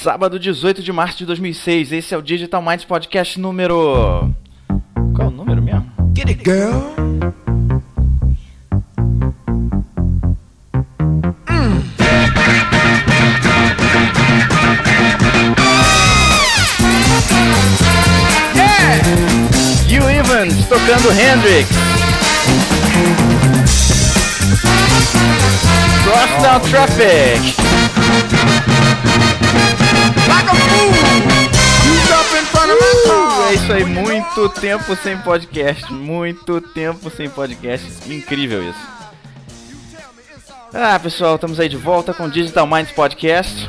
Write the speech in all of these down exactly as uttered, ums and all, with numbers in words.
Sábado, dezoito de março de dois mil e seis, esse é o Digital Minds Podcast número... Qual é o número mesmo? Get it, girl. Mm. Yeah! Gil Evans tocando Hendrix. Crosstown oh. Traffic. Like a fool. You jump in front of my car. É isso aí, muito tempo sem podcast, muito tempo sem podcast, incrível isso. Ah, pessoal, estamos aí de volta com o Digital Minds Podcast.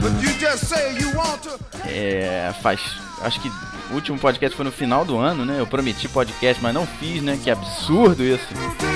É, faz, acho que o último podcast foi no final do ano, né? Eu prometi podcast, mas não fiz, né? Que absurdo isso.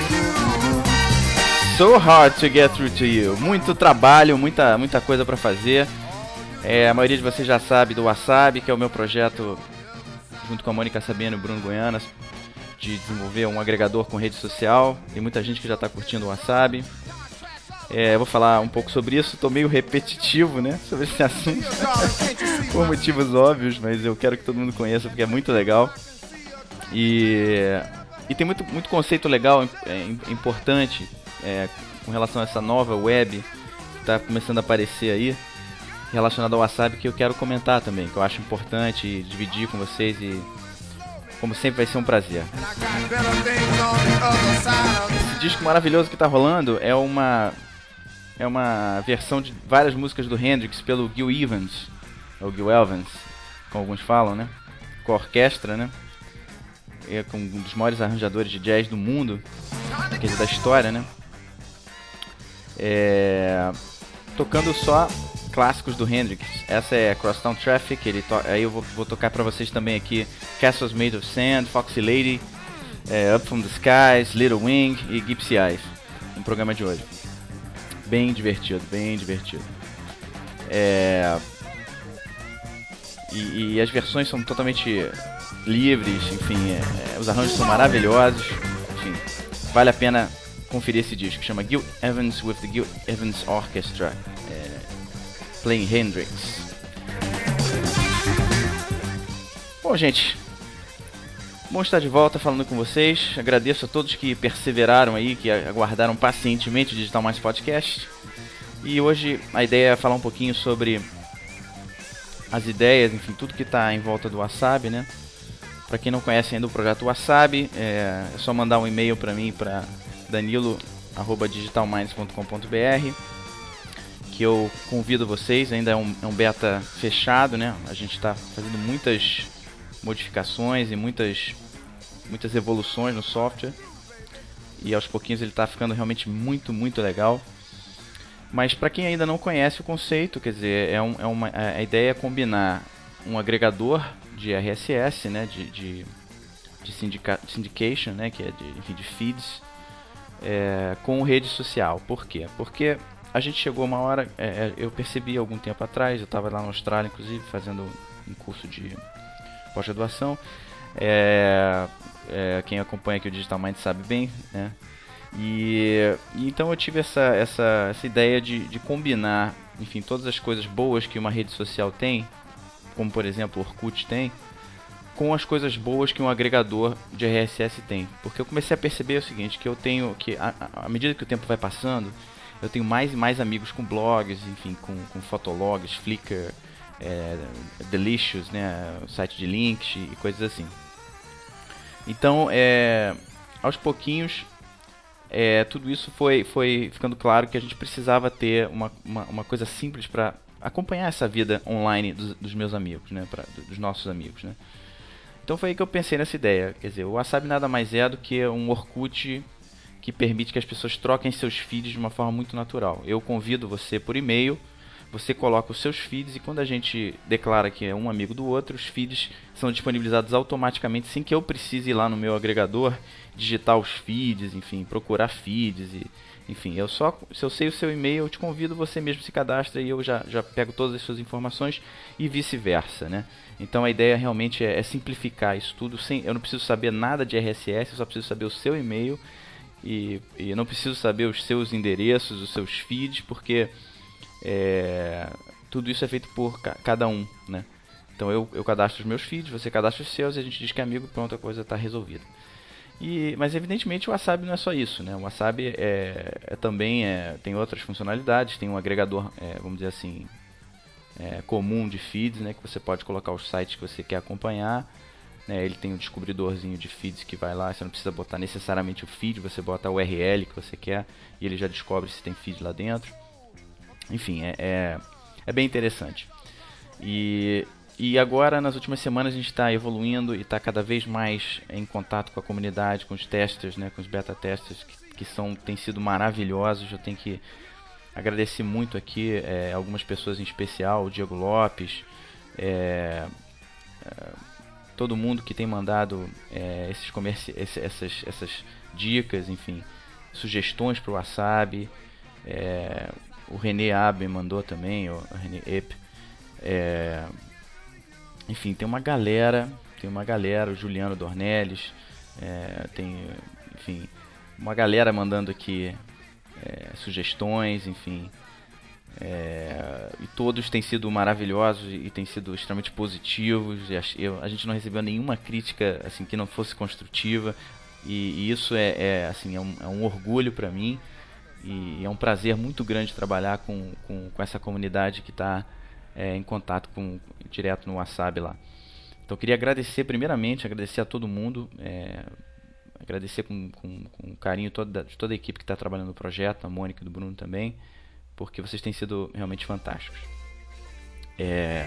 So hard to get through to you. Muito trabalho, muita, muita coisa pra fazer. É, a maioria de vocês já sabe do Wasabi, que é o meu projeto, junto com a Mônica Sabino e o Bruno Goianas, de desenvolver um agregador com rede social. Tem muita gente que já está curtindo o Wasabi. É, eu vou falar um pouco sobre isso, estou meio repetitivo, né, sobre esse assunto, por motivos óbvios, mas eu quero que todo mundo conheça porque é muito legal. E, e tem muito, muito conceito legal, é, importante, é, com relação a essa nova web que está começando a aparecer aí, relacionado ao Wasabi, que eu quero comentar também, que eu acho importante dividir com vocês e, como sempre, vai ser um prazer. Esse disco maravilhoso que está rolando é uma, é uma versão de várias músicas do Hendrix pelo Gil Evans, ou Gil Evans, como alguns falam, né? Com a orquestra, né? É com um dos maiores arranjadores de jazz do mundo, quer dizer, da história, né? É, tocando só clássicos do Hendrix. Essa é Crosstown Traffic. Ele to- aí eu vou, vou tocar pra vocês também aqui Castles Made of Sand, Foxy Lady, é, Up From The Skies, Little Wing e Gypsy Eyes no programa de hoje. Bem divertido, bem divertido. É... E, e as versões são totalmente livres, enfim, é, é, os arranjos são maravilhosos, enfim, vale a pena conferir esse disco. Chama Gil Evans with the Gil Evans Orchestra. É, Playing Hendrix. Bom, gente, bom estar de volta falando com vocês. Agradeço a todos que perseveraram aí, que aguardaram pacientemente o Digital Minds Podcast. E hoje a ideia é falar um pouquinho sobre as ideias, enfim, tudo que está em volta do Wasabi, né? Para quem não conhece ainda o projeto Wasabi, é, é só mandar um e-mail para mim, para danilo arroba digital minds ponto com ponto b r, que eu convido vocês. Ainda é um, é um beta fechado, né? A gente está fazendo muitas modificações e muitas, muitas evoluções no software, e aos pouquinhos ele está ficando realmente muito, muito legal. Mas para quem ainda não conhece o conceito, quer dizer, é, um, é uma, a ideia é combinar um agregador de R S S, né? De, de, de syndica, syndication, né? Que é de, enfim, de feeds, é, com rede social. Por quê? Porque a gente chegou uma hora, é, eu percebi algum tempo atrás, eu estava lá na Austrália, inclusive, fazendo um curso de pós-graduação. É, é, quem acompanha aqui o Digital Mind sabe bem, né? E, e então eu tive essa, essa, essa ideia de, de combinar, enfim, todas as coisas boas que uma rede social tem, como por exemplo o Orkut tem, com as coisas boas que um agregador de R S S tem. Porque eu comecei a perceber o seguinte, que eu tenho, que à, à medida que o tempo vai passando, eu tenho mais e mais amigos com blogs, enfim, com, com fotologs, Flickr, é, Delicious, né, site de links e coisas assim. Então, é, aos pouquinhos, é, tudo isso foi, foi ficando claro que a gente precisava ter uma, uma, uma coisa simples para acompanhar essa vida online dos, dos meus amigos, né, pra, dos nossos amigos, né. Então foi aí que eu pensei nessa ideia. Quer dizer, o Wasabi nada mais é do que um Orkut que permite que as pessoas troquem seus feeds de uma forma muito natural. Eu convido você por e-mail, você coloca os seus feeds e quando a gente declara que é um amigo do outro, os feeds são disponibilizados automaticamente sem que eu precise ir lá no meu agregador, digitar os feeds, enfim, procurar feeds, e, enfim, eu só, se eu sei o seu e-mail, eu te convido, você mesmo se cadastra e eu já, já pego todas as suas informações e vice-versa, né? Então a ideia realmente é, é simplificar isso tudo, sem, eu não preciso saber nada de R S S, eu só preciso saber o seu e-mail e, e não preciso saber os seus endereços, os seus feeds, porque é, tudo isso é feito por ca cada um, né? Então eu, eu cadastro os meus feeds, você cadastra os seus e a gente diz que é amigo, pronto, a coisa está resolvida. E, mas evidentemente o Wasabi não é só isso, né? O Wasabi é, é também é, tem outras funcionalidades, tem um agregador, é, vamos dizer assim, é, comum de feeds, né? Que você pode colocar os sites que você quer acompanhar. Né? Ele tem um descobridorzinho de feeds que vai lá, você não precisa botar necessariamente o feed, você bota a U R L que você quer e ele já descobre se tem feed lá dentro. Enfim, é, é, é bem interessante. E E agora, nas últimas semanas, a gente está evoluindo e está cada vez mais em contato com a comunidade, com os testers, né, com os beta testers, que, que são, têm sido maravilhosos. Eu tenho que agradecer muito aqui é, algumas pessoas em especial, o Diego Lopes, é, é, todo mundo que tem mandado é, esses comerci esse, essas, essas dicas, enfim, sugestões para o Wasabi. É, o René Abe mandou também, o René Epp. É, Enfim, tem uma galera, tem uma galera, o Juliano Dornelles, é, tem, enfim, uma galera mandando aqui é, sugestões, enfim, é, e todos têm sido maravilhosos e têm sido extremamente positivos. E a, eu, a gente não recebeu nenhuma crítica assim que não fosse construtiva, e, e isso é, é, assim, é, um, é um orgulho para mim, e é um prazer muito grande trabalhar com, com, com essa comunidade que está É, em contato com, direto no Wasabi lá. Então eu queria agradecer primeiramente, agradecer a todo mundo, é, agradecer com, com, com carinho toda, de toda a equipe que está trabalhando no projeto, a Mônica e do Bruno também, porque vocês têm sido realmente fantásticos. É,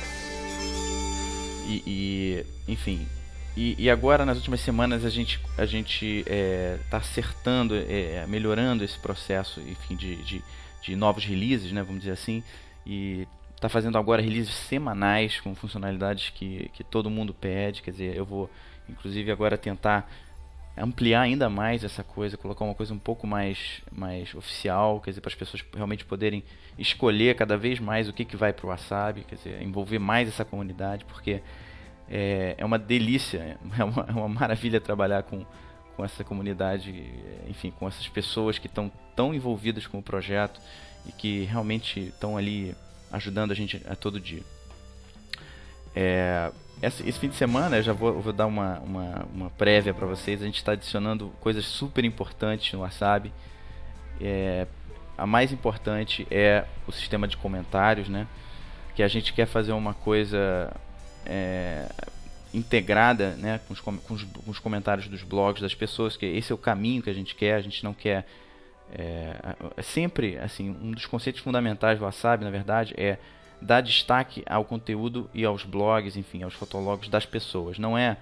e, e enfim, e, e agora nas últimas semanas a gente a gente está é, acertando, é, melhorando esse processo, enfim, de, de, de novos releases, né, vamos dizer assim, e está fazendo agora releases semanais com funcionalidades que, que todo mundo pede. Quer dizer, eu vou inclusive agora tentar ampliar ainda mais essa coisa, colocar uma coisa um pouco mais, mais oficial, quer dizer, para as pessoas realmente poderem escolher cada vez mais o que, que vai para o Wasabi, quer dizer, envolver mais essa comunidade, porque é, é uma delícia, é uma, é uma maravilha trabalhar com, com essa comunidade, enfim, com essas pessoas que estão tão envolvidas com o projeto e que realmente estão ali ajudando a gente a todo dia. É, esse, esse fim de semana eu já vou, vou dar uma, uma, uma prévia para vocês. A gente está adicionando coisas super importantes no Wasabi. É, a mais importante é o sistema de comentários, né? Que a gente quer fazer uma coisa é, integrada, né? Com os, com, os, com os comentários dos blogs das pessoas, que esse é o caminho que a gente quer. A gente não quer É, é sempre assim, um dos conceitos fundamentais do Wasabi, na verdade, é dar destaque ao conteúdo e aos blogs, enfim, aos fotologs das pessoas. Não é,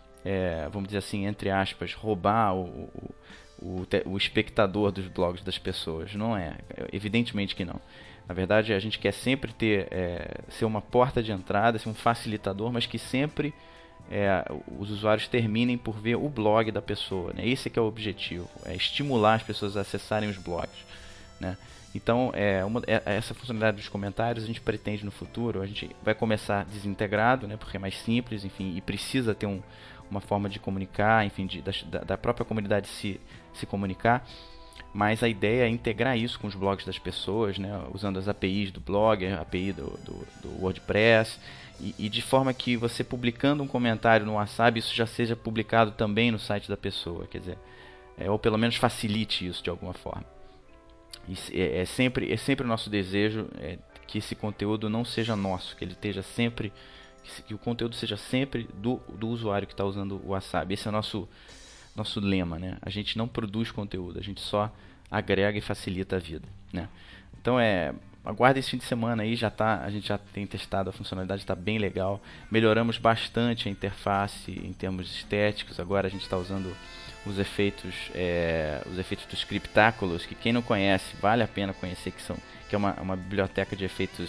é vamos dizer assim, entre aspas, roubar o, o, o, o espectador dos blogs das pessoas. Não é, evidentemente que não. Na verdade, a gente quer sempre ter é, ser uma porta de entrada, ser um facilitador, mas que sempre É, os usuários terminem por ver o blog da pessoa, né? Esse que é o objetivo, é estimular as pessoas a acessarem os blogs, né? Então, é, uma, é, essa funcionalidade dos comentários a gente pretende no futuro, a gente vai começar desintegrado, né? Porque é mais simples, enfim, e precisa ter um, uma forma de comunicar, enfim, de, da, da própria comunidade se, se comunicar, mas a ideia é integrar isso com os blogs das pessoas, né? Usando as A P Is do Blogger, a API do, do, do WordPress, E, e de forma que você publicando um comentário no Wasabi, isso já seja publicado também no site da pessoa, quer dizer, é, ou pelo menos facilite isso de alguma forma. Isso é, é sempre é sempre o nosso desejo é, que esse conteúdo não seja nosso, que ele esteja sempre, que, que o conteúdo seja sempre do, do usuário que está usando o Wasabi. Esse é o nosso nosso lema, né? A gente não produz conteúdo, a gente só agrega e facilita a vida, né? Então é aguarde esse fim de semana aí, já tá, a gente já tem testado a funcionalidade, está bem legal. Melhoramos bastante a interface em termos estéticos. Agora a gente está usando os efeitos, é, os efeitos dos Scriptaculos, que quem não conhece, vale a pena conhecer, que, são, que é uma, uma biblioteca de efeitos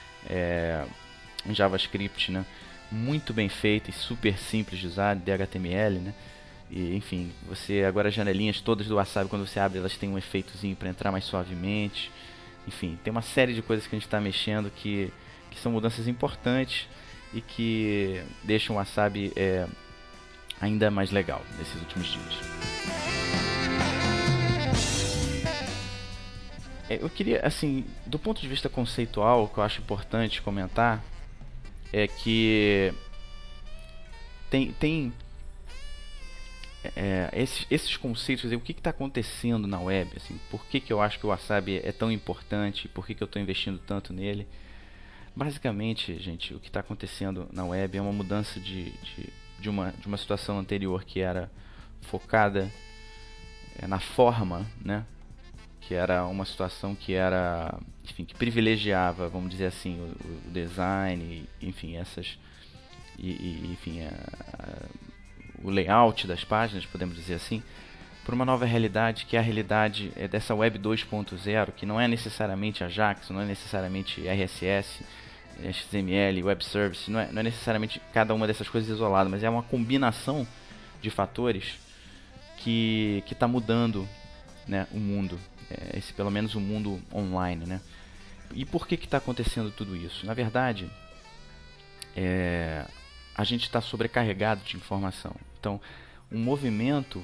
é, em JavaScript, né? Muito bem feita e super simples de usar, de H T M L, né? E, enfim, você agora as janelinhas todas do Wasabi, quando você abre, elas têm um efeitozinho para entrar mais suavemente. Enfim, tem uma série de coisas que a gente está mexendo que, que são mudanças importantes e que deixam o Wasabi é, ainda mais legal nesses últimos dias. eu queria, assim, do ponto de vista conceitual, o que eu acho importante comentar é que tem, tem é, esses, esses conceitos, o que está acontecendo na web, assim, por que, que eu acho que o Wasabi é tão importante, por que, que eu estou investindo tanto nele. Basicamente, gente, o que está acontecendo na web é uma mudança de, de, de, uma, de uma situação anterior que era focada é, na forma, né? Que era uma situação que era, enfim, que privilegiava, vamos dizer assim, o, o design, e, enfim, essas, e, e, enfim, a, a, o layout das páginas, podemos dizer assim, por uma nova realidade, que é a realidade é, dessa web dois ponto zero, que não é necessariamente Ajax, não é necessariamente R S S, H T M L, Web Service, não é, não é necessariamente cada uma dessas coisas isolada, mas é uma combinação de fatores que está mudando, né, o mundo, é, esse, pelo menos o mundo online, né? E por que está acontecendo tudo isso? Na verdade, é, a gente está sobrecarregado de informação. Então, um movimento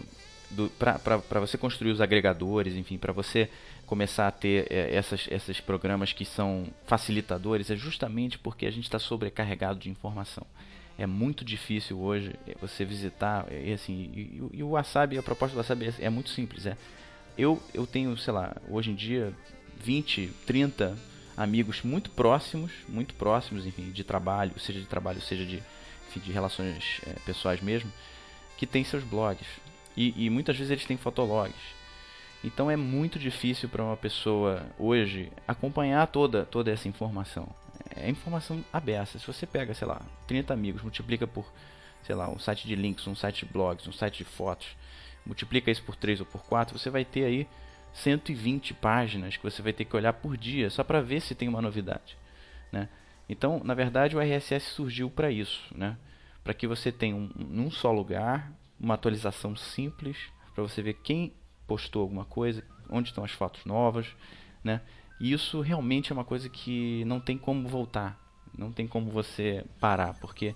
para você construir os agregadores, enfim, para você começar a ter é, essas, esses programas que são facilitadores, é justamente porque a gente está sobrecarregado de informação. É muito difícil hoje você visitar, e, assim, e, e o Wasabi, a proposta do Wasabi é, é muito simples. É, eu, eu tenho, sei lá, hoje em dia, vinte, trinta amigos muito próximos, muito próximos, enfim, de trabalho, seja de trabalho, seja de, enfim, de relações é, pessoais mesmo, que têm seus blogs. E, e muitas vezes eles têm fotologs. Então é muito difícil para uma pessoa hoje acompanhar toda, toda essa informação. É informação aberta. Se você pega, sei lá, trinta amigos, multiplica por, sei lá, um site de links, um site de blogs, um site de fotos, multiplica isso por três ou por quatro, você vai ter aí cento e vinte páginas que você vai ter que olhar por dia só para ver se tem uma novidade, né? Então, na verdade, o R S S surgiu para isso, né? Para que você tenha um, num só lugar uma atualização simples para você ver quem postou alguma coisa, onde estão as fotos novas, né? E isso realmente é uma coisa que não tem como voltar, não tem como você parar, porque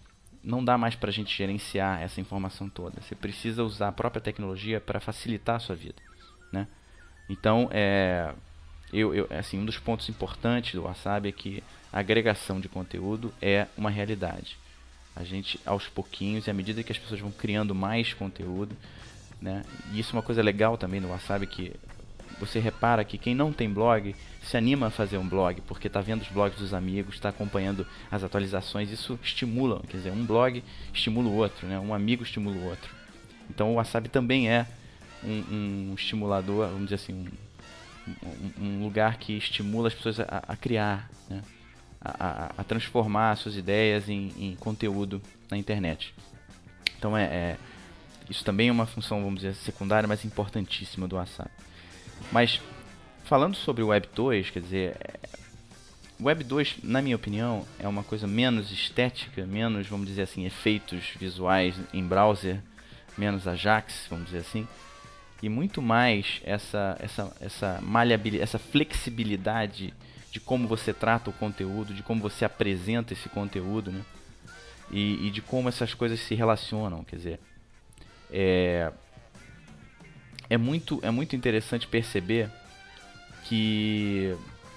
não dá mais para a gente gerenciar essa informação toda. Você precisa usar a própria tecnologia para facilitar a sua vida, né? Então, é, eu, eu, assim, um dos pontos importantes do Wasabi é que a agregação de conteúdo é uma realidade. A gente, aos pouquinhos, e à medida que as pessoas vão criando mais conteúdo, né? E isso é uma coisa legal também no Wasabi, que você repara que quem não tem blog se anima a fazer um blog, porque está vendo os blogs dos amigos, está acompanhando as atualizações, isso estimula, quer dizer, um blog estimula o outro, né? Um amigo estimula o outro. Então o Wasabi também é um, um estimulador, vamos dizer assim, um, um, um lugar que estimula as pessoas a, a criar, né? a, a, a transformar suas ideias em, em conteúdo na internet. Então é, é, isso também é uma função, vamos dizer, secundária, mas importantíssima do Wasabi. Mas, falando sobre o Web dois, quer dizer, o Web dois, na minha opinião, é uma coisa menos estética, menos, vamos dizer assim, efeitos visuais em browser, menos Ajax, vamos dizer assim, e muito mais essa, essa, essa maleabilidade, essa flexibilidade de como você trata o conteúdo, de como você apresenta esse conteúdo, né? E, e de como essas coisas se relacionam, quer dizer, é... É muito, é muito interessante perceber que,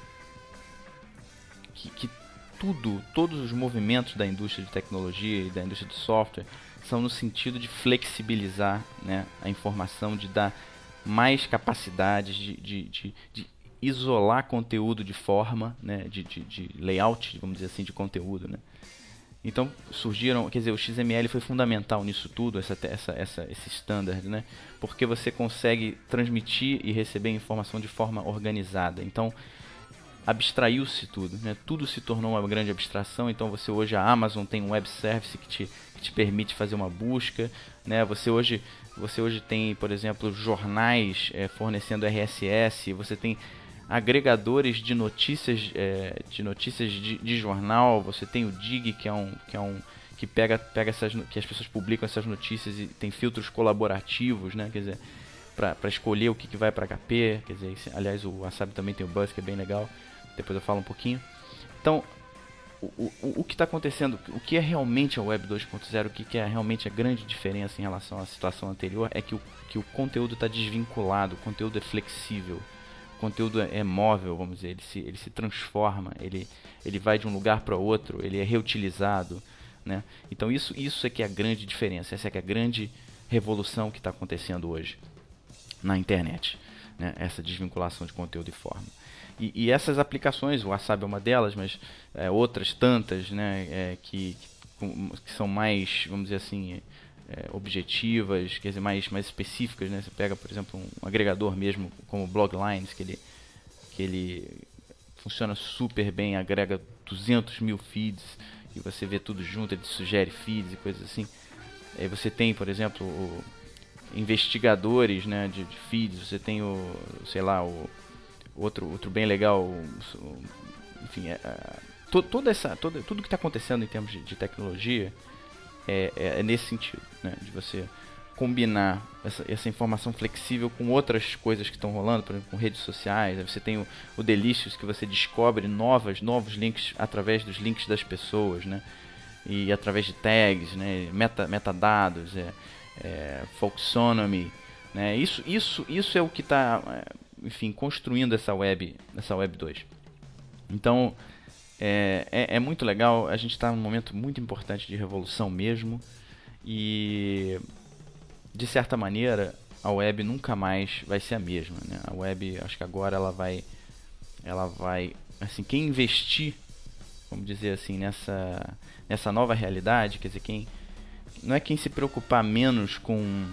que, que tudo, todos os movimentos da indústria de tecnologia e da indústria de software são no sentido de flexibilizar, né, a informação, de dar mais capacidades, de, de, de, de isolar conteúdo de forma, né, de, de, de layout, vamos dizer assim, de conteúdo, né? Então surgiram, quer dizer, o X M L foi fundamental nisso tudo, essa, essa, essa, esse standard, né? Porque você consegue transmitir e receber informação de forma organizada. Então abstraiu-se tudo, né? Tudo se tornou uma grande abstração. Então você hoje, a Amazon tem um web service que te, que te permite fazer uma busca, né? Você hoje, você hoje tem, por exemplo, jornais é, fornecendo R S S, você tem agregadores de notícias, é, de notícias de, de jornal. Você tem o Dig, que é um que é um que pega pega essas, que as pessoas publicam essas notícias e tem filtros colaborativos, né? Quer dizer, para escolher o que, que vai para H P, quer dizer, esse, aliás, o Wasabi também tem o Buzz, que é bem legal. Depois eu falo um pouquinho. Então, o, o, o que está acontecendo, o que é realmente a Web dois ponto zero, o que, que é realmente a grande diferença em relação à situação anterior, é que o, que o conteúdo está desvinculado, o conteúdo é flexível. O conteúdo é, é móvel, vamos dizer, ele se, ele se transforma, ele, ele vai de um lugar para outro, ele é reutilizado, né? Então isso, isso é que é a grande diferença, essa é que é a grande revolução que está acontecendo hoje na internet, né? Essa desvinculação de conteúdo e forma. E, e essas aplicações, o Wasabi é uma delas, mas é, outras tantas, né, é, que, que, que são mais, vamos dizer assim, é, objetivas, quer dizer, mais, mais específicas, né? Você pega, por exemplo, um, um agregador mesmo, como o Bloglines, que ele, que ele funciona super bem, agrega duzentos mil feeds, e você vê tudo junto, ele sugere feeds e coisas assim. Aí você tem, por exemplo, o, investigadores, né, de, de feeds, você tem o, sei lá, o outro, outro bem legal, o, o, enfim, é, é, to, toda essa, toda, tudo que está acontecendo em termos de, de tecnologia é, é, é nesse sentido, né, de você combinar essa, essa informação flexível com outras coisas que estão rolando, por exemplo, com redes sociais. Aí você tem o, o Delicious, que você descobre novas, novos links através dos links das pessoas, né? E através de tags, né? Meta, metadados, é, é, Folksonomy, né? Isso, isso, isso é o que está, enfim, construindo essa web, essa web dois. Então, é, é, é muito legal. A gente está num momento muito importante de revolução mesmo. E de certa maneira, a web nunca mais vai ser a mesma, né? A web, acho que agora ela vai, ela vai, assim, quem investir, vamos dizer assim, nessa, nessa nova realidade, quer dizer, quem, não é quem se preocupar menos com,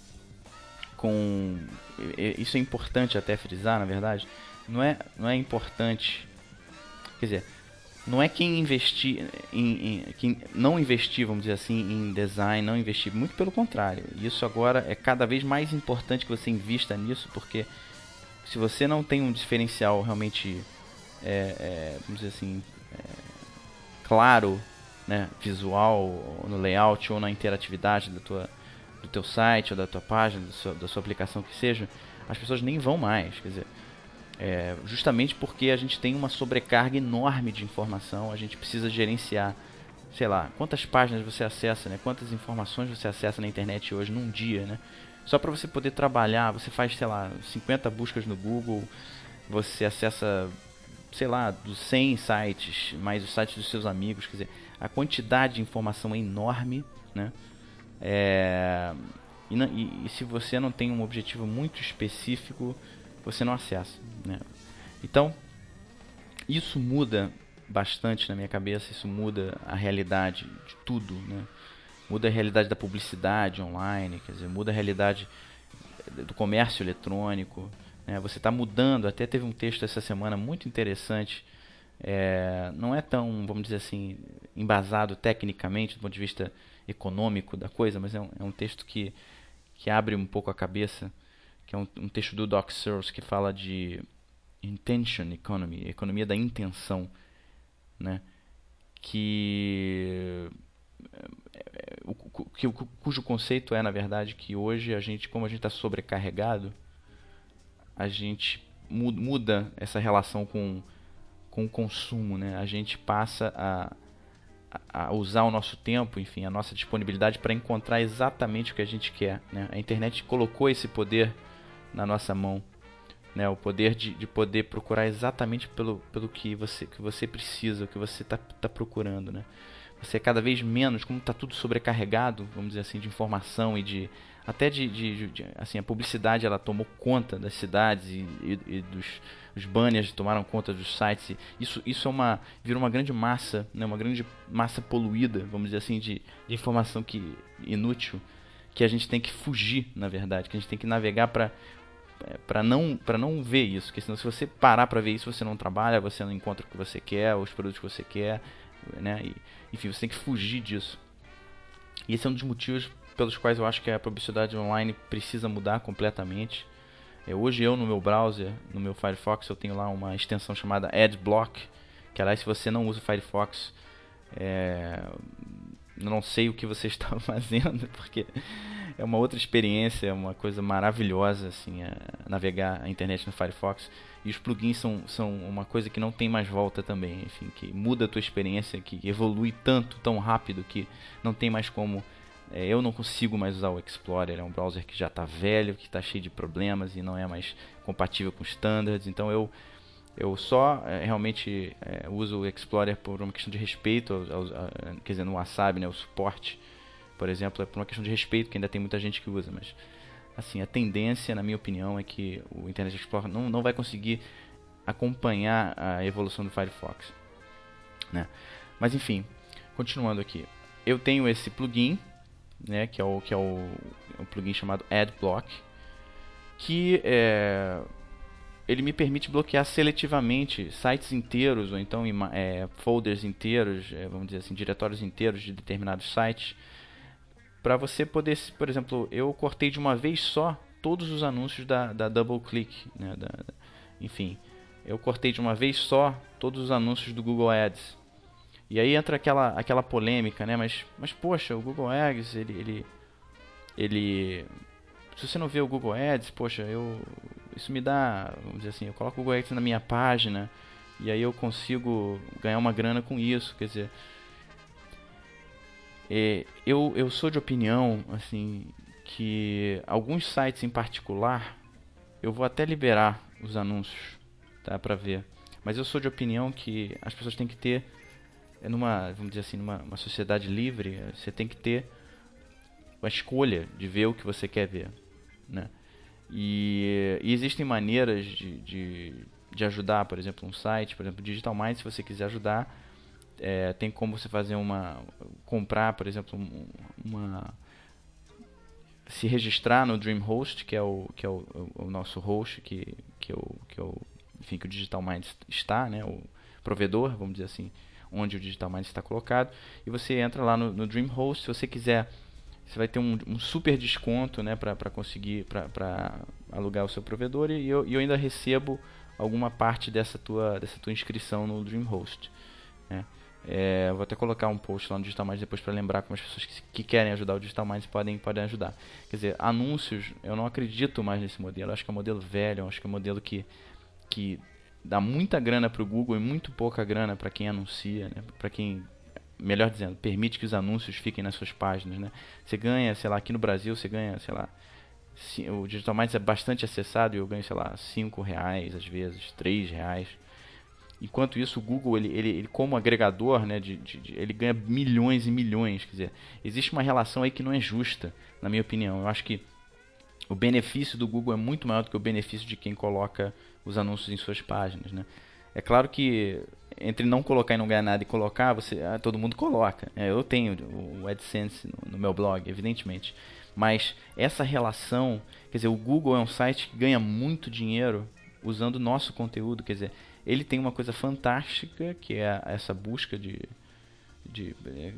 com, isso é importante até frisar, na verdade, não é, não é importante, quer dizer, não é quem investir, em, em, quem não investir, vamos dizer assim, em design, não investir, muito pelo contrário. Isso agora é cada vez mais importante que você invista nisso, porque se você não tem um diferencial realmente, é, é, vamos dizer assim, é, claro, né, visual, no layout ou na interatividade da tua, do teu site ou da tua página, da sua, da sua aplicação que seja, as pessoas nem vão mais, quer dizer, É, justamente porque a gente tem uma sobrecarga enorme de informação, a gente precisa gerenciar, sei lá, quantas páginas você acessa, né? Quantas informações você acessa na internet hoje num dia, né? Só para você poder trabalhar, você faz, sei lá, cinquenta buscas no Google, você acessa, sei lá, dos cem sites, mais os sites dos seus amigos, quer dizer, a quantidade de informação é enorme, né? É, e, e, e se você não tem um objetivo muito específico, você não acessa, né? Então, isso muda bastante na minha cabeça, isso muda a realidade de tudo, né? Muda a realidade da publicidade online, quer dizer, muda a realidade do comércio eletrônico, né? Você está mudando, até teve um texto essa semana muito interessante, é, não é tão, vamos dizer assim, embasado tecnicamente do ponto de vista econômico da coisa, mas é um, é um texto que, que abre um pouco a cabeça, que é um, um texto do Doc Searls que fala de intention economy, economia da intenção, né? Que, o, que cujo conceito é, na verdade, que hoje a gente, como a gente está sobrecarregado, a gente muda essa relação com, com o consumo, né? A gente passa a, a usar o nosso tempo, enfim, a nossa disponibilidade para encontrar exatamente o que a gente quer, né? A internet colocou esse poder na nossa mão, né? O poder de, de poder procurar exatamente pelo, pelo que, você, que você precisa, o que você está tá procurando, né? Você é cada vez menos, como está tudo sobrecarregado, vamos dizer assim, de informação e de até de, de, de assim, a publicidade ela tomou conta das cidades e, e, e dos os banners tomaram conta dos sites. Isso, isso é uma virou uma grande massa, né? Uma grande massa poluída, vamos dizer assim, de, de informação que inútil, que a gente tem que fugir, na verdade, que a gente tem que navegar para para não para não ver isso, porque senão se você parar para ver isso, você não trabalha, você não encontra o que você quer, os produtos que você quer, né? E, enfim, você tem que fugir disso. E esse é um dos motivos pelos quais eu acho que a publicidade online precisa mudar completamente. É, hoje eu no meu browser, no meu Firefox, eu tenho lá uma extensão chamada Adblock, que aliás, se você não usa o Firefox, é, eu não sei o que você está fazendo, porque é uma outra experiência, é uma coisa maravilhosa, assim, é, navegar a internet no Firefox. E os plugins são, são uma coisa que não tem mais volta também, enfim, que muda a tua experiência, que evolui tanto, tão rápido, que não tem mais como É, eu não consigo mais usar o Explorer, é um browser que já está velho, que está cheio de problemas e não é mais compatível com standards. Então eu, eu só é, realmente é, uso o Explorer por uma questão de respeito, aos, aos, a, quer dizer, no Wasabi, né, o suporte, por exemplo, é por uma questão de respeito, que ainda tem muita gente que usa, mas assim, a tendência, na minha opinião, é que o Internet Explorer não, não vai conseguir acompanhar a evolução do Firefox, né? Mas enfim, continuando aqui, eu tenho esse plugin, né, que é o que é o, um plugin chamado Adblock, que é, ele me permite bloquear seletivamente sites inteiros ou então é, folders inteiros, é, vamos dizer assim, diretórios inteiros de determinados sites, para você poder, por exemplo, eu cortei de uma vez só todos os anúncios da, da DoubleClick, né, da, da, enfim, eu cortei de uma vez só todos os anúncios do Google Ads. E aí entra aquela, aquela polêmica, né? Mas, mas poxa, o Google Ads, ele, ele, ele... Se você não vê o Google Ads, poxa, eu, isso me dá... Vamos dizer assim, eu coloco o Google Ads na minha página e aí eu consigo ganhar uma grana com isso. Quer dizer, é, eu, eu sou de opinião, assim, que alguns sites em particular, eu vou até liberar os anúncios, tá? Pra ver. Mas eu sou de opinião que as pessoas têm que ter... É numa, vamos dizer assim, numa uma sociedade livre, você tem que ter uma escolha de ver o que você quer ver, né? E, e existem maneiras de, de, de ajudar, por exemplo, um site, por exemplo, Digital Mind, se você quiser ajudar, é, tem como você fazer uma, comprar, por exemplo, uma, se registrar no DreamHost, que é o, que é o, o, o nosso host, que, que, é o, que é o, enfim, que o Digital Mind está, né? O provedor, vamos dizer assim, onde o Digital Mind está colocado, e você entra lá no, no DreamHost. Se você quiser, você vai ter um, um super desconto, né, para conseguir para alugar o seu provedor, e eu, e eu ainda recebo alguma parte dessa tua, dessa tua inscrição no DreamHost, né. É, vou até colocar um post lá no Digital Mind depois para lembrar como as pessoas que, que querem ajudar o Digital Mind podem, podem ajudar. Quer dizer, anúncios, eu não acredito mais nesse modelo, eu acho que é um modelo velho, eu acho que é um modelo que, que dá muita grana para o Google e muito pouca grana para quem anuncia, né? Para quem, melhor dizendo, permite que os anúncios fiquem nas suas páginas, né? Você ganha, sei lá, aqui no Brasil você ganha, sei lá, o Digital Minds é bastante acessado e eu ganho, sei lá, cinco reais às vezes, três reais. Enquanto isso, o Google, ele, ele, ele como agregador, né, de, de, de, ele ganha milhões e milhões. Quer dizer, existe uma relação aí que não é justa, na minha opinião. Eu acho que o benefício do Google é muito maior do que o benefício de quem coloca os anúncios em suas páginas, né? É claro que entre não colocar e não ganhar nada e colocar, você, ah, todo mundo coloca. É, eu tenho o AdSense no, no meu blog, evidentemente. Mas essa relação, quer dizer, o Google é um site que ganha muito dinheiro usando o nosso conteúdo. Quer dizer, ele tem uma coisa fantástica, que é essa busca de... de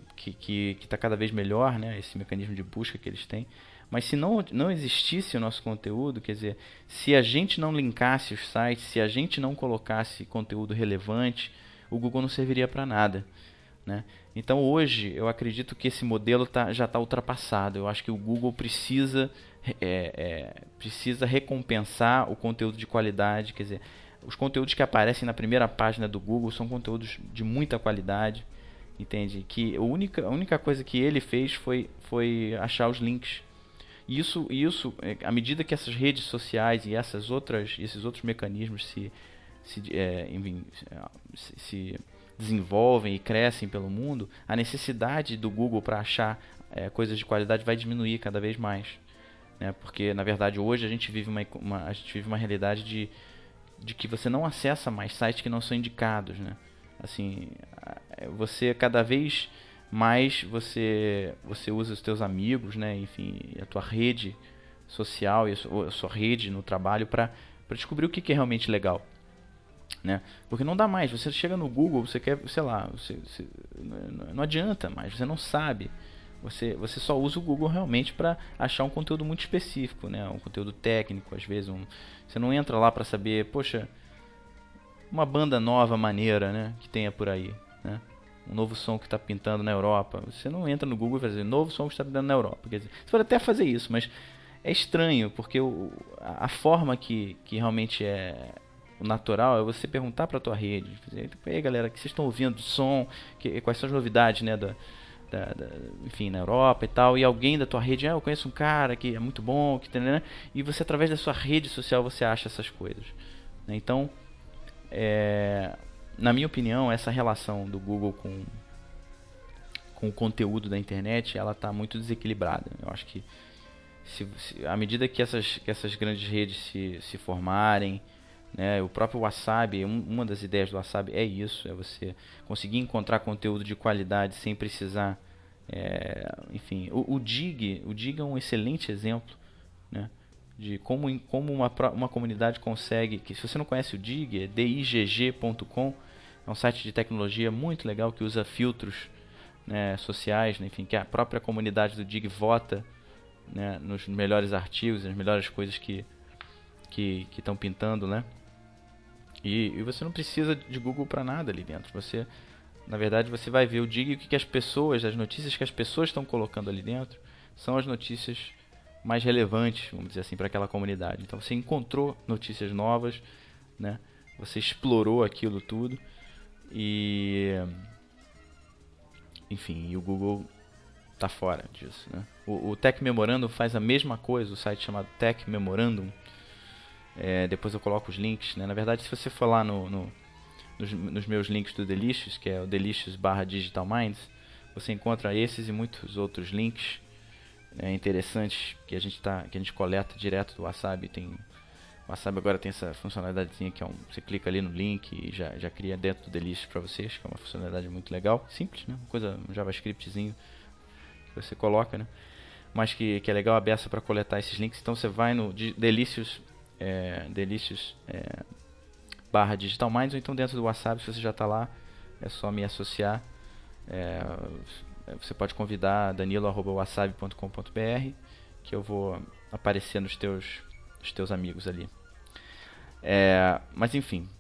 que está cada vez melhor, né? Esse mecanismo de busca que eles têm. Mas se não, não existisse o nosso conteúdo, quer dizer, se a gente não linkasse os sites, se a gente não colocasse conteúdo relevante, o Google não serviria para nada, né? Então hoje eu acredito que esse modelo tá, já está ultrapassado. Eu acho que o Google precisa, é, é, precisa recompensar o conteúdo de qualidade. Quer dizer, os conteúdos que aparecem na primeira página do Google são conteúdos de muita qualidade, entende? Que a única, a única coisa que ele fez foi, foi achar os links. Isso, isso, à medida que essas redes sociais e essas outras, esses outros mecanismos se, se, é, enfim, se, se desenvolvem e crescem pelo mundo, a necessidade do Google para achar é, coisas de qualidade vai diminuir cada vez mais, né? Porque na verdade hoje a gente vive uma, uma, a gente vive uma realidade de, de que você não acessa mais sites que não são indicados, né? Assim, você cada vez mais você você usa os teus amigos, né, enfim, a tua rede social e a sua rede no trabalho para para descobrir o que, que é realmente legal, né? Porque não dá mais, você chega no Google, você quer, sei lá, você, você não, não adianta mais, você não sabe, você você só usa o Google realmente para achar um conteúdo muito específico, né, um conteúdo técnico, às vezes um, você não entra lá para saber, poxa, uma banda nova maneira, né, que tenha por aí, né? Um novo som que está pintando na Europa. Você não entra no Google e vai dizer, novo som que está pintando na Europa. Quer dizer, você pode até fazer isso, mas é estranho, porque o, a, a forma que, que realmente é o natural é você perguntar para a tua rede, dizer, e aí galera, o que vocês estão ouvindo de som, que, quais são as novidades, né, da, da, da, enfim, na Europa e tal, e alguém da tua rede, ah, eu conheço um cara que é muito bom, que tem, né? E você, através da sua rede social, você acha essas coisas, né? Então, é, na minha opinião, essa relação do Google com, com o conteúdo da internet, ela está muito desequilibrada. Eu acho que se, se, à medida que essas, que essas grandes redes se, se formarem, né, o próprio Wasabi, um, uma das ideias do Wasabi é isso, é você conseguir encontrar conteúdo de qualidade sem precisar, é, enfim, o, o Dig, o Dig é um excelente exemplo, né, de como, como uma, uma comunidade consegue, que se você não conhece o Dig, é digg ponto com, é um site de tecnologia muito legal que usa filtros, né, sociais, né, enfim, que a própria comunidade do Dig vota, né, nos melhores artigos, nas melhores coisas que que estão pintando, né? E, e você não precisa de Google para nada ali dentro. Você, na verdade, você vai ver o Dig e o que, que as pessoas, as notícias que as pessoas estão colocando ali dentro, são as notícias mais relevantes, vamos dizer assim, para aquela comunidade. Então você encontrou notícias novas, né? Você explorou aquilo tudo e, enfim, e o Google tá fora disso, né? O, o Tech Memorandum faz a mesma coisa, o site chamado Tech Memorandum. É, depois eu coloco os links, né? Na verdade, se você for lá no, no, nos, nos meus links do Delicious, que é o Delicious barra Digital Minds, você encontra esses e muitos outros links, né, interessantes que a gente tá, que a gente coleta direto do Wasabi. Tem, o Wasabi agora tem essa funcionalidadezinha que é um, você clica ali no link e já, já cria dentro do Delicious para vocês, que é uma funcionalidade muito legal, simples, né? Uma coisa, um JavaScriptzinho que você coloca, né? Mas que, que é legal a beça para coletar esses links. Então você vai no Delicious É, Delicious é, barra Digital Minds, ou então dentro do Wasabi, se você já está lá, é só me associar. É, você pode convidar danilo arroba wasabi ponto com ponto br, que eu vou aparecer nos teus, nos teus amigos ali. É, mas enfim,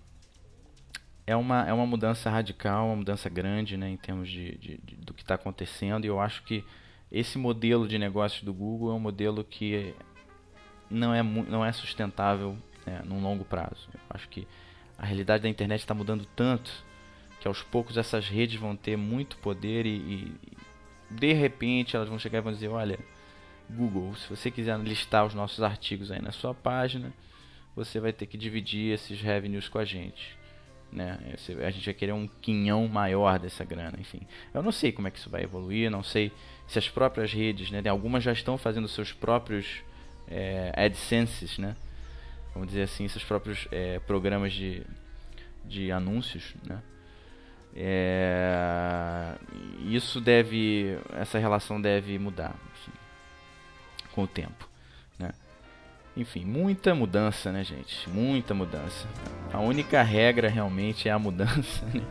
é uma, é uma mudança radical, uma mudança grande, né, em termos de, de, de, do que está acontecendo, e eu acho que esse modelo de negócio do Google é um modelo que não é, não é sustentável, né, num longo prazo. Eu acho que a realidade da internet está mudando tanto que aos poucos essas redes vão ter muito poder e, e de repente elas vão chegar e vão dizer, olha, Google, se você quiser listar os nossos artigos aí na sua página, você vai ter que dividir esses revenues com a gente, né? A gente vai querer um quinhão maior dessa grana, enfim. Eu não sei como é que isso vai evoluir, não sei se as próprias redes, né, algumas já estão fazendo seus próprios É, AdSenses, né? Vamos dizer assim, esses próprios é, programas de, de anúncios, né? É, isso deve, essa relação deve mudar, assim, com o tempo, né? Enfim, muita mudança, né, gente? Muita mudança. A única regra realmente é a mudança, né?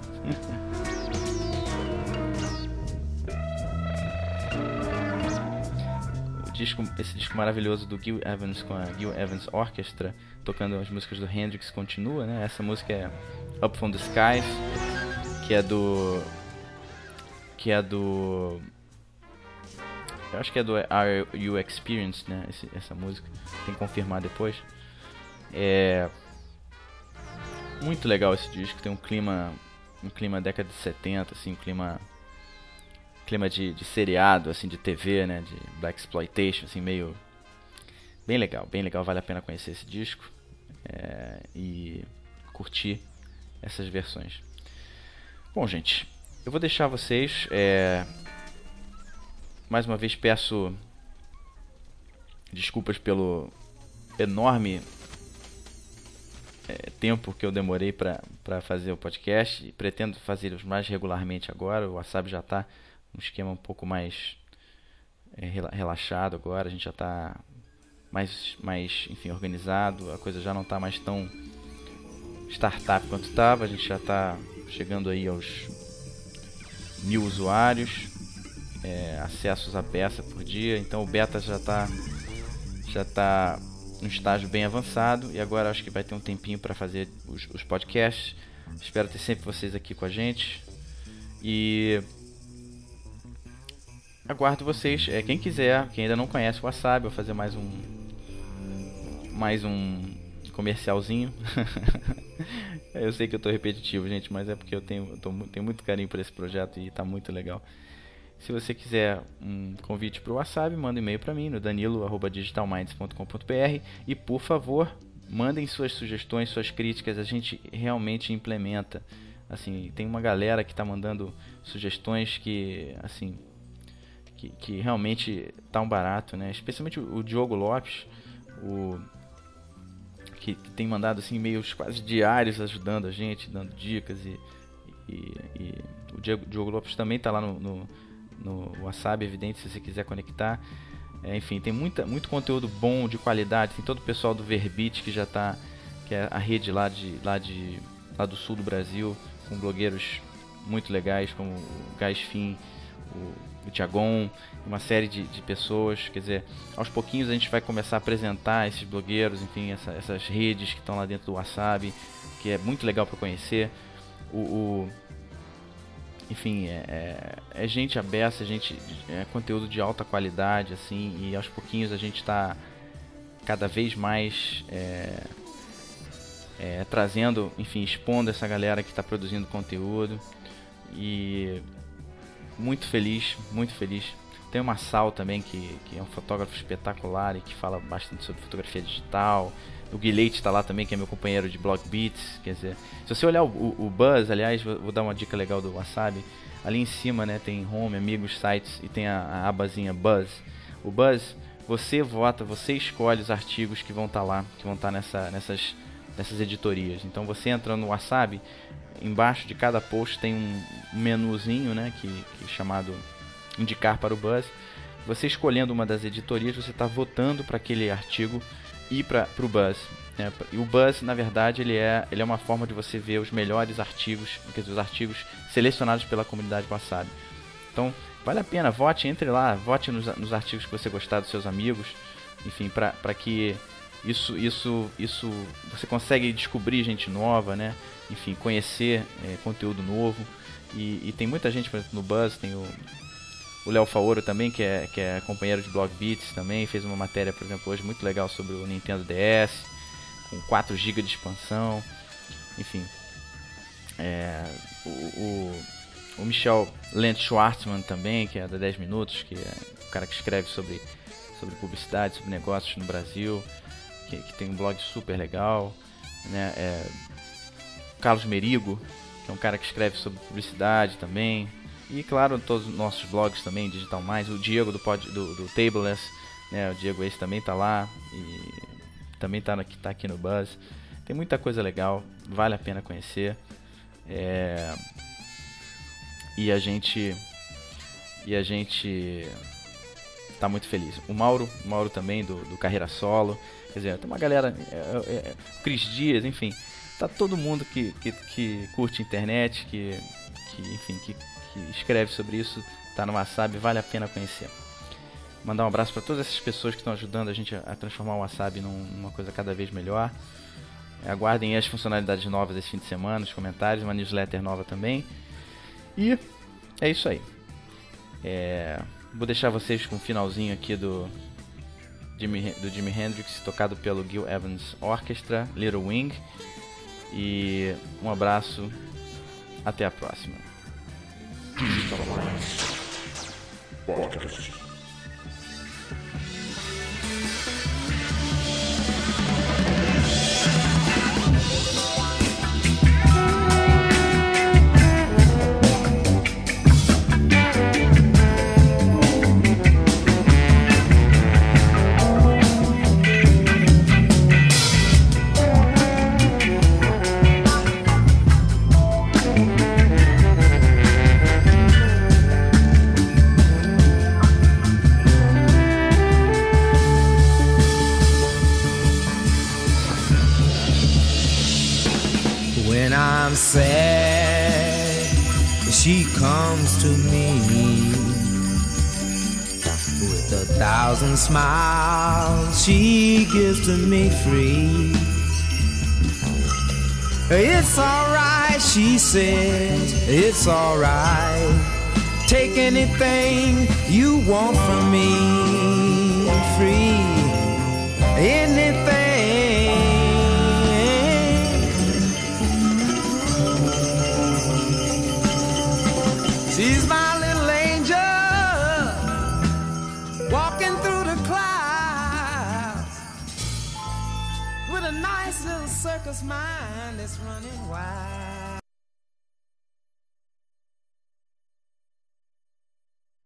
Disco, esse disco maravilhoso do Gil Evans com a Gil Evans Orchestra, tocando as músicas do Hendrix, continua, né? Essa música é Up From The Skies, que é do que é do eu acho que é do Are You Experienced, né? Esse, essa música, tem que confirmar depois. É muito legal esse disco, tem um clima um clima década de setenta, assim, um clima clima de, de seriado, assim, de T V, né, de Black Exploitation, assim, meio bem legal, bem legal, vale a pena conhecer esse disco, é, e curtir essas versões. Bom, gente, eu vou deixar vocês, é, mais uma vez peço desculpas pelo enorme é, tempo que eu demorei para fazer o podcast, e pretendo fazer os mais regularmente agora. O Wasabi já está um esquema um pouco mais é, relaxado agora, a gente já está mais, mais enfim, organizado, a coisa já não está mais tão startup quanto estava, a gente já está chegando aí aos mil usuários, é, acessos à beça por dia, então o beta já está já tá num estágio bem avançado, e agora acho que vai ter um tempinho para fazer os, os podcasts. Espero ter sempre vocês aqui com a gente, e aguardo vocês, é, quem quiser, quem ainda não conhece o Wasabi, vou fazer mais um mais um comercialzinho. Eu sei que eu tô repetitivo, gente, mas é porque eu tenho, eu tô, tenho muito carinho por esse projeto e tá muito legal. Se você quiser um convite para o Wasabi, manda um e-mail para mim no danilo arroba digitalminds ponto com ponto b r e, por favor, mandem suas sugestões, suas críticas. A gente realmente implementa. Assim, tem uma galera que está mandando sugestões que, assim, que, que realmente tá um barato, né? Especialmente o, o Diogo Lopes, o que, que tem mandado assim e-mails quase diários ajudando a gente, dando dicas e, e, e o Diogo, Diogo Lopes também está lá no, no, no Wasabi, evidente, se você quiser conectar. É, enfim, tem muita, muito conteúdo bom, de qualidade. Tem todo o pessoal do Verbit que já está, que é a rede lá, de, lá, de, lá do sul do Brasil, com blogueiros muito legais como o Gás Fim, o, o Tiagon, uma série de, de pessoas. Quer dizer, aos pouquinhos a gente vai começar a apresentar esses blogueiros, enfim, essa, essas redes que estão lá dentro do Wasabi, que é muito legal para conhecer. O, o, enfim, é, é, é gente aberta, gente, é conteúdo de alta qualidade, assim, e aos pouquinhos a gente está cada vez mais é, é, trazendo, enfim, expondo essa galera que está produzindo conteúdo. E muito feliz, muito feliz. Tem o Marçal também, que, que é um fotógrafo espetacular e que fala bastante sobre fotografia digital. O Guilherme está lá também, que é meu companheiro de Blog Beats. Quer dizer, se você olhar o, o, o Buzz, aliás, vou, vou dar uma dica legal do Wasabi. Ali em cima, né, tem Home, Amigos, Sites e tem a, a abazinha Buzz. O Buzz, você vota, você escolhe os artigos que vão estar tá lá, que vão estar tá nessa, nessas, nessas editorias. Então você entra no Wasabi, embaixo de cada post tem um menuzinho, né, que, que é chamado indicar para o Buzz. Você escolhendo uma das editorias, você está votando para aquele artigo ir para o Buzz, né? E o Buzz, na verdade, ele é, ele é uma forma de você ver os melhores artigos, quer dizer, os artigos selecionados pela comunidade Wasabi. Então, vale a pena, vote, entre lá, vote nos, nos artigos que você gostar dos seus amigos, enfim, para que isso, isso, isso, você consegue descobrir gente nova, né? Enfim, conhecer é, conteúdo novo. E, e tem muita gente, por exemplo, no Buzz, tem o O Léo Faoro também, que é, que é companheiro de Blog Beats também, fez uma matéria, por exemplo, hoje muito legal sobre o Nintendo D S, com quatro gigas de expansão. Enfim, é, o, o, o Michel Lent Schwartzman também, que é da dez minutos, que é o cara que escreve sobre, sobre publicidade, sobre negócios no Brasil, que, que tem um blog super legal, né? É, Carlos Merigo, que é um cara que escreve sobre publicidade também. E claro, todos os nossos blogs também, Digital Mais, o Diego do, pod, do, do Tableless, né, o Diego esse também tá lá e também tá aqui, tá aqui no Buzz. Tem muita coisa legal, vale a pena conhecer. É, e a gente e a gente tá muito feliz. O Mauro, o Mauro também do, do Carreira Solo, quer dizer, tem uma galera, é, é, Cris Dias, enfim, tá todo mundo que, que, que curte internet, que, que enfim, que que escreve sobre isso, tá no Wasabi, vale a pena conhecer. Mandar um abraço para todas essas pessoas que estão ajudando a gente a, a transformar o Wasabi num, numa coisa cada vez melhor. É, aguardem as funcionalidades novas esse fim de semana, os comentários, uma newsletter nova também. E é isso aí. É, vou deixar vocês com um finalzinho aqui do Jimi, do Jimi Hendrix, tocado pelo Gil Evans Orchestra, Little Wing. E um abraço, até a próxima. Podcast. I'm sad, she comes to me with a thousand smiles she gives to me free. It's alright, she says, it's alright. Take anything you want from me, free, anything. She's my little angel, 'cause mine is running wild.